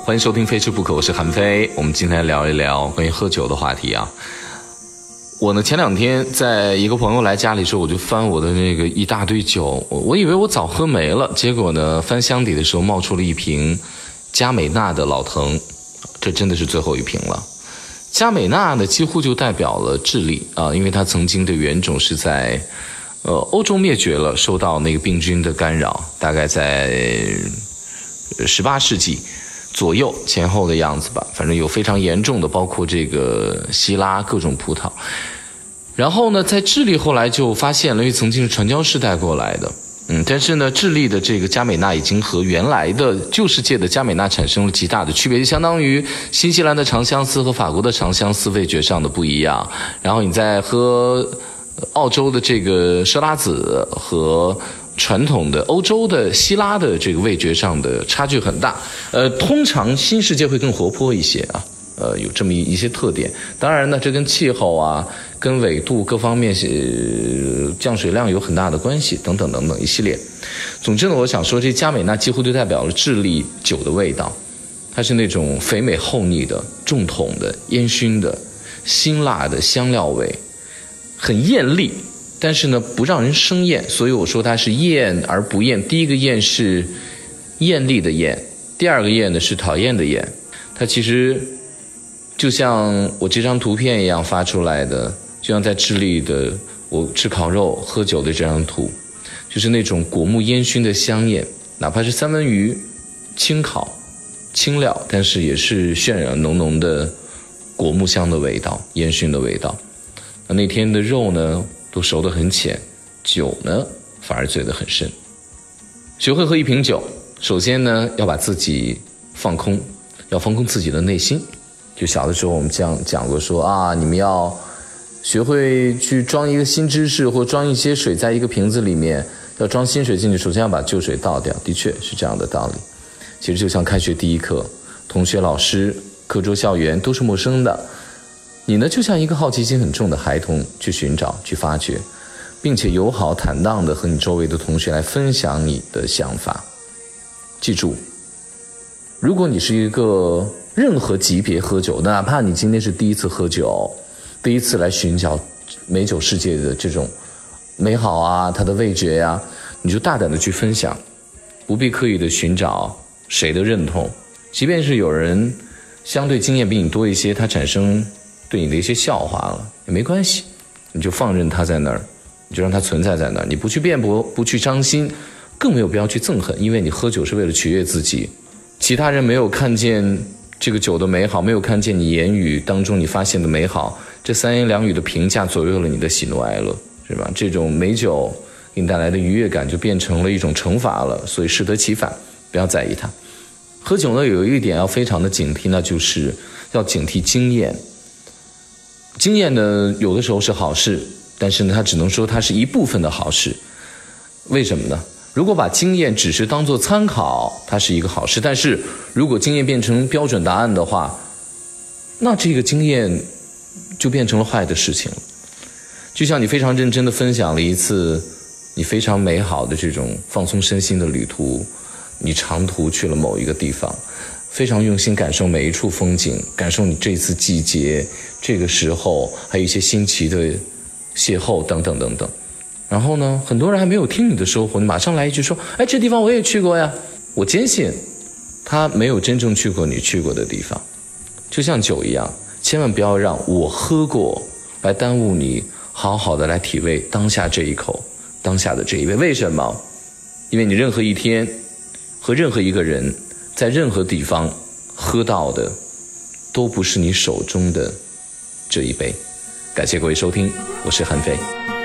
欢迎收听非吃不可，我是韩飞。我们今天聊一聊关于喝酒的话题啊。我呢前2天在一个朋友来家里的时候，我就翻我的那个一大堆酒，我以为我早喝没了，结果呢翻箱底的时候冒出了一瓶佳美纳的老藤，这真的是最后一瓶了。佳美纳呢几乎就代表了智利啊，因为它曾经的原种是在欧洲灭绝了，受到那个病菌的干扰，大概在18世纪左右前后的样子吧，反正有非常严重的，包括这个希腊各种葡萄。然后呢，在智利后来就发现了，因为曾经是传教士带过来的，但是呢，智利的这个佳美纳已经和原来的旧世界的佳美纳产生了极大的区别，就相当于新西兰的长相思和法国的长相思味觉上的不一样。然后你在喝澳洲的这个奢拉子和传统的欧洲的希腊的这个味觉上的差距很大，通常新世界会更活泼一些啊，有这么一些特点。当然呢，这跟气候啊、跟纬度各方面降水量有很大的关系，等等等等一系列。总之呢，我想说，这佳美纳几乎就代表了智利酒的味道，它是那种肥美厚腻的、重桶的、烟熏的、辛辣的香料味，很艳丽。但是呢，不让人生厌，所以我说它是艳而不厌。第一个艳是艳丽的艳，第二个艳呢是讨厌的厌。它其实就像我这张图片一样发出来的，就像在智利的我吃烤肉喝酒的这张图，就是那种果木烟熏的香艳，哪怕是三文鱼轻烤轻料，但是也是渲染浓浓的果木香的味道，烟熏的味道。那天的肉呢都熟得很浅，酒呢反而醉得很深。学会喝一瓶酒，首先呢要把自己放空，要放空自己的内心。就小的时候我们这样讲过说啊，你们要学会去装一个新知识，或装一些水在一个瓶子里面，要装新水进去，首先要把旧水倒掉，的确是这样的道理。其实就像开学第一课，同学老师课桌校园都是陌生的，你呢就像一个好奇心很重的孩童，去寻找去发掘，并且友好坦荡的和你周围的同学来分享你的想法。记住，如果你是一个任何级别喝酒，哪怕你今天是第一次喝酒，第一次来寻找美酒世界的这种美好啊，它的味觉啊，你就大胆的去分享，不必刻意的寻找谁的认同。即便是有人相对经验比你多一些，他产生对你的一些笑话了也没关系，你就放任它在那儿，你就让它存在在那儿，你不去辩驳，不去伤心，更没有必要去憎恨，因为你喝酒是为了取悦自己。其他人没有看见这个酒的美好，没有看见你言语当中你发现的美好，这三言两语的评价左右了你的喜怒哀乐，是吧？这种美酒给你带来的愉悦感就变成了一种惩罚了，所以适得其反，不要在意它。喝酒呢有一点要非常的警惕，那就是要警惕经验。经验呢有的时候是好事，但是呢它只能说它是一部分的好事。为什么呢？如果把经验只是当作参考，它是一个好事，但是如果经验变成标准答案的话，那这个经验就变成了坏的事情了。就像你非常认真地分享了一次你非常美好的这种放松身心的旅途，你长途去了某一个地方，非常用心感受每一处风景，感受你这次季节这个时候还有一些新奇的邂逅等等等等。然后呢，很多人还没有听你的收获，你马上来一句说，哎，这地方我也去过呀。我坚信他没有真正去过你去过的地方。就像酒一样，千万不要让我喝过来耽误你好好的来体味当下这一口，当下的这一杯。为什么？因为你任何一天和任何一个人在任何地方喝到的都不是你手中的这一杯。感谢各位收听，我是韩飞。